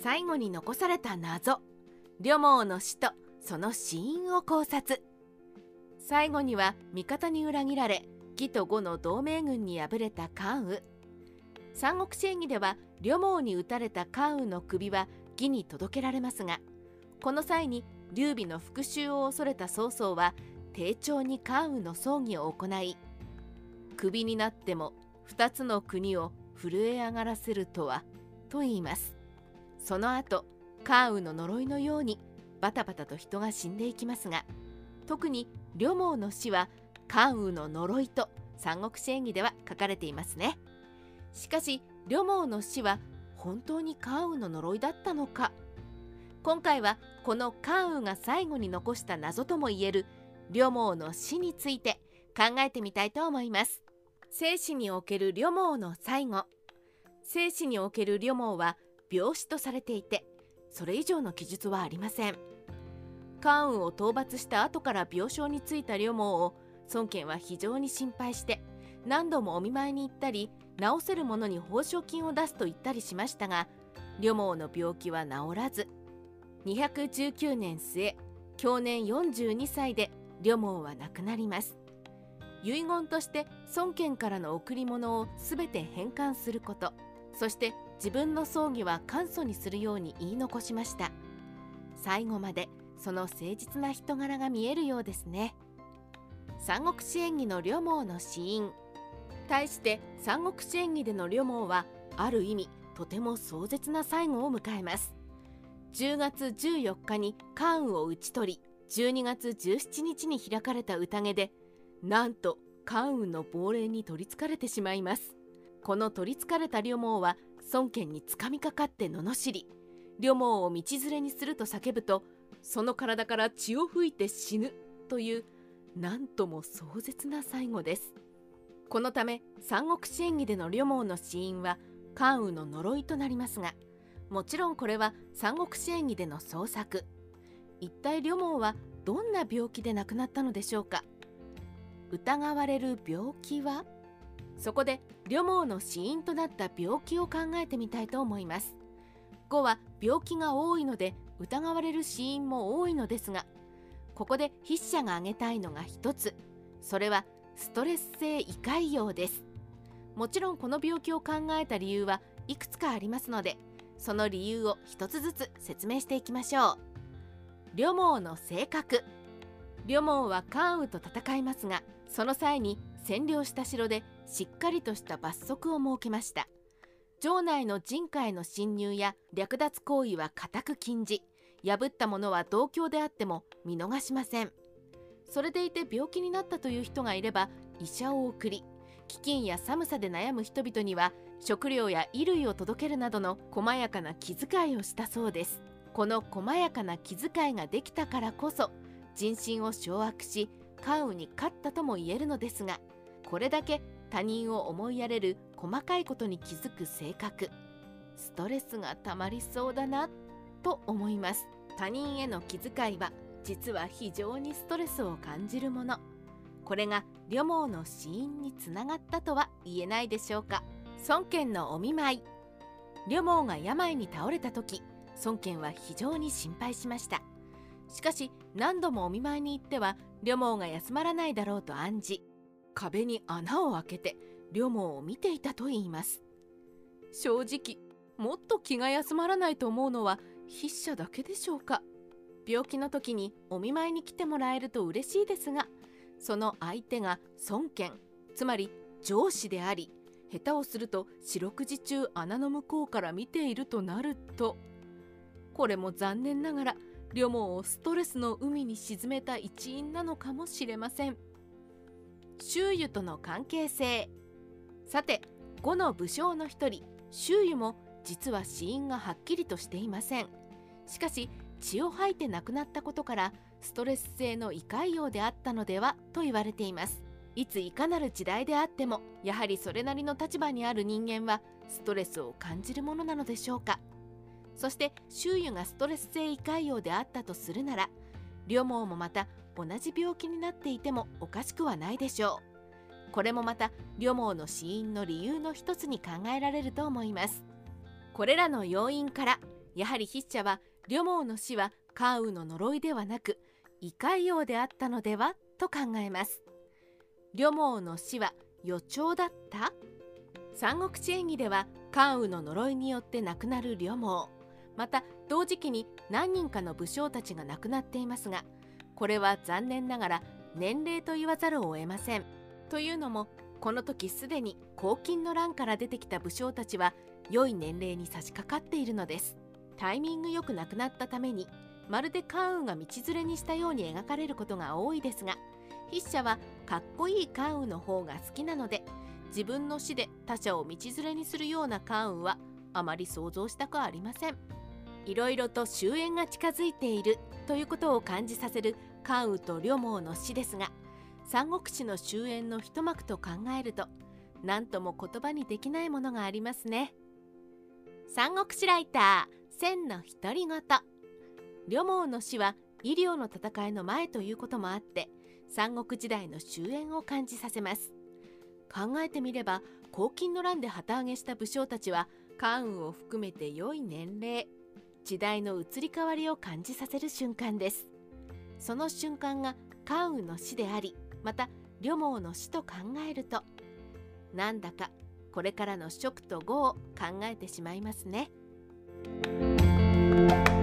最後に残された謎、呂蒙の死とその死因を考察。最後には味方に裏切られ、義と呉の同盟軍に敗れた関羽。三国志演義では呂蒙に討たれた関羽の首は義に届けられますが、この際に劉備の復讐を恐れた曹操は丁重に関羽の葬儀を行い、首になっても2つの国を震え上がらせるとはと言います。その後関羽の呪いのようにバタバタと人が死んでいきますが、特に呂蒙の死は関羽の呪いと三国志演義では書かれていますね。しかし呂蒙の死は本当に関羽の呪いだったのか。今回はこの関羽が最後に残した謎ともいえる呂蒙の死について考えてみたいと思います。正史における呂蒙の最後。正史における呂蒙は病死とされていて、それ以上の記述はありません。関羽を討伐した後から病床についた呂蒙を孫権は非常に心配して、何度もお見舞いに行ったり、治せる者に報奨金を出すと言ったりしましたが、呂蒙の病気は治らず、219年末、享年42歳で呂蒙は亡くなります。遺言として孫権からの贈り物をすべて返還すること、そして自分の葬儀は簡素にするように言い残しました。最後までその誠実な人柄が見えるようですね。三国志演義の呂蒙の死因。対して三国志演義での呂蒙はある意味とても壮絶な最後を迎えます。10月14日に関羽を討ち取り、12月17日に開かれた宴で、なんと関羽の亡霊に取りつかれてしまいます。この取りつかれた呂蒙は孫権につかみかかって罵り、呂蒙を道連れにすると叫ぶと、その体から血を吹いて死ぬという、なんとも壮絶な最後です。このため三国志演義での呂蒙の死因は関羽の呪いとなりますが、もちろんこれは三国志演義での創作。一体呂蒙はどんな病気で亡くなったのでしょうか。疑われる病気は？そこで呂蒙の死因となった病気を考えてみたいと思います。呉は病気が多いので疑われる死因も多いのですが、ここで筆者が挙げたいのが一つ。それはストレス性胃潰瘍です。もちろんこの病気を考えた理由はいくつかありますので、その理由を一つずつ説明していきましょう。呂蒙の性格。呂蒙は関羽と戦いますが、その際に占領した城でしっかりとした罰則を設けました。城内の陣下への侵入や略奪行為は固く禁じ、破った者は同郷であっても見逃しません。それでいて病気になったという人がいれば医者を送り、飢饉や寒さで悩む人々には食料や衣類を届けるなどの細やかな気遣いをしたそうです。この細やかな気遣いができたからこそ人心を掌握し、関羽に勝ったとも言えるのですが、これだけ他人を思いやれる細かいことに気づく性格、ストレスがたまりそうだなと思います。他人への気遣いは実は非常にストレスを感じるもの。これが呂蒙の死因につながったとは言えないでしょうか。孫権のお見舞い。呂蒙が病に倒れた時、孫権は非常に心配しました。しかし何度もお見舞いに行っては呂蒙が休まらないだろうと案じ、壁に穴を開けて呂蒙を見ていたといいます。正直もっと気が休まらないと思うのは筆者だけでしょうか。病気の時にお見舞いに来てもらえると嬉しいですが、その相手が孫権、つまり上司であり、下手をすると四六時中穴の向こうから見ているとなると、これも残念ながら呂蒙をストレスの海に沈めた一因なのかもしれません。周瑜との関係性。さて、呉の武将の一人周瑜も実は死因がはっきりとしていません。しかし血を吐いて亡くなったことからストレス性の胃潰瘍であったのではと言われています。いついかなる時代であっても、やはりそれなりの立場にある人間はストレスを感じるものなのでしょうか。そして周瑜がストレス性胃潰瘍であったとするなら、呂蒙もまた同じ病気になっていてもおかしくはないでしょう。これもまた呂蒙の死因の理由の一つに考えられると思います。これらの要因からやはり筆者は呂蒙の死は関羽の呪いではなく異界王であったのではと考えます。呂蒙の死は予兆だった？三国志演義では関羽の呪いによって亡くなる呂蒙、また同時期に何人かの武将たちが亡くなっていますが、これは残念ながら年齢と言わざるを得ません。というのも、この時すでに黄巾の乱から出てきた武将たちは良い年齢に差し掛かっているのです。タイミングよく亡くなったために、まるで関羽が道連れにしたように描かれることが多いですが、筆者はかっこいい関羽の方が好きなので、自分の死で他者を道連れにするような関羽はあまり想像したくありません。いろいろと終焉が近づいているということを感じさせる関羽と呂蒙の死ですが、三国志の終焉の一幕と考えると、何とも言葉にできないものがありますね。三国志ライター千の独り言。呂蒙の死は医療の戦いの前ということもあって、三国時代の終焉を感じさせます。考えてみれば、黄巾の乱で旗揚げした武将たちは関羽を含めて良い年齢、時代の移り変わりを感じさせる瞬間です。その瞬間が関羽の死であり、また呂蒙の死と考えると、なんだかこれからの蜀と呉を考えてしまいますね。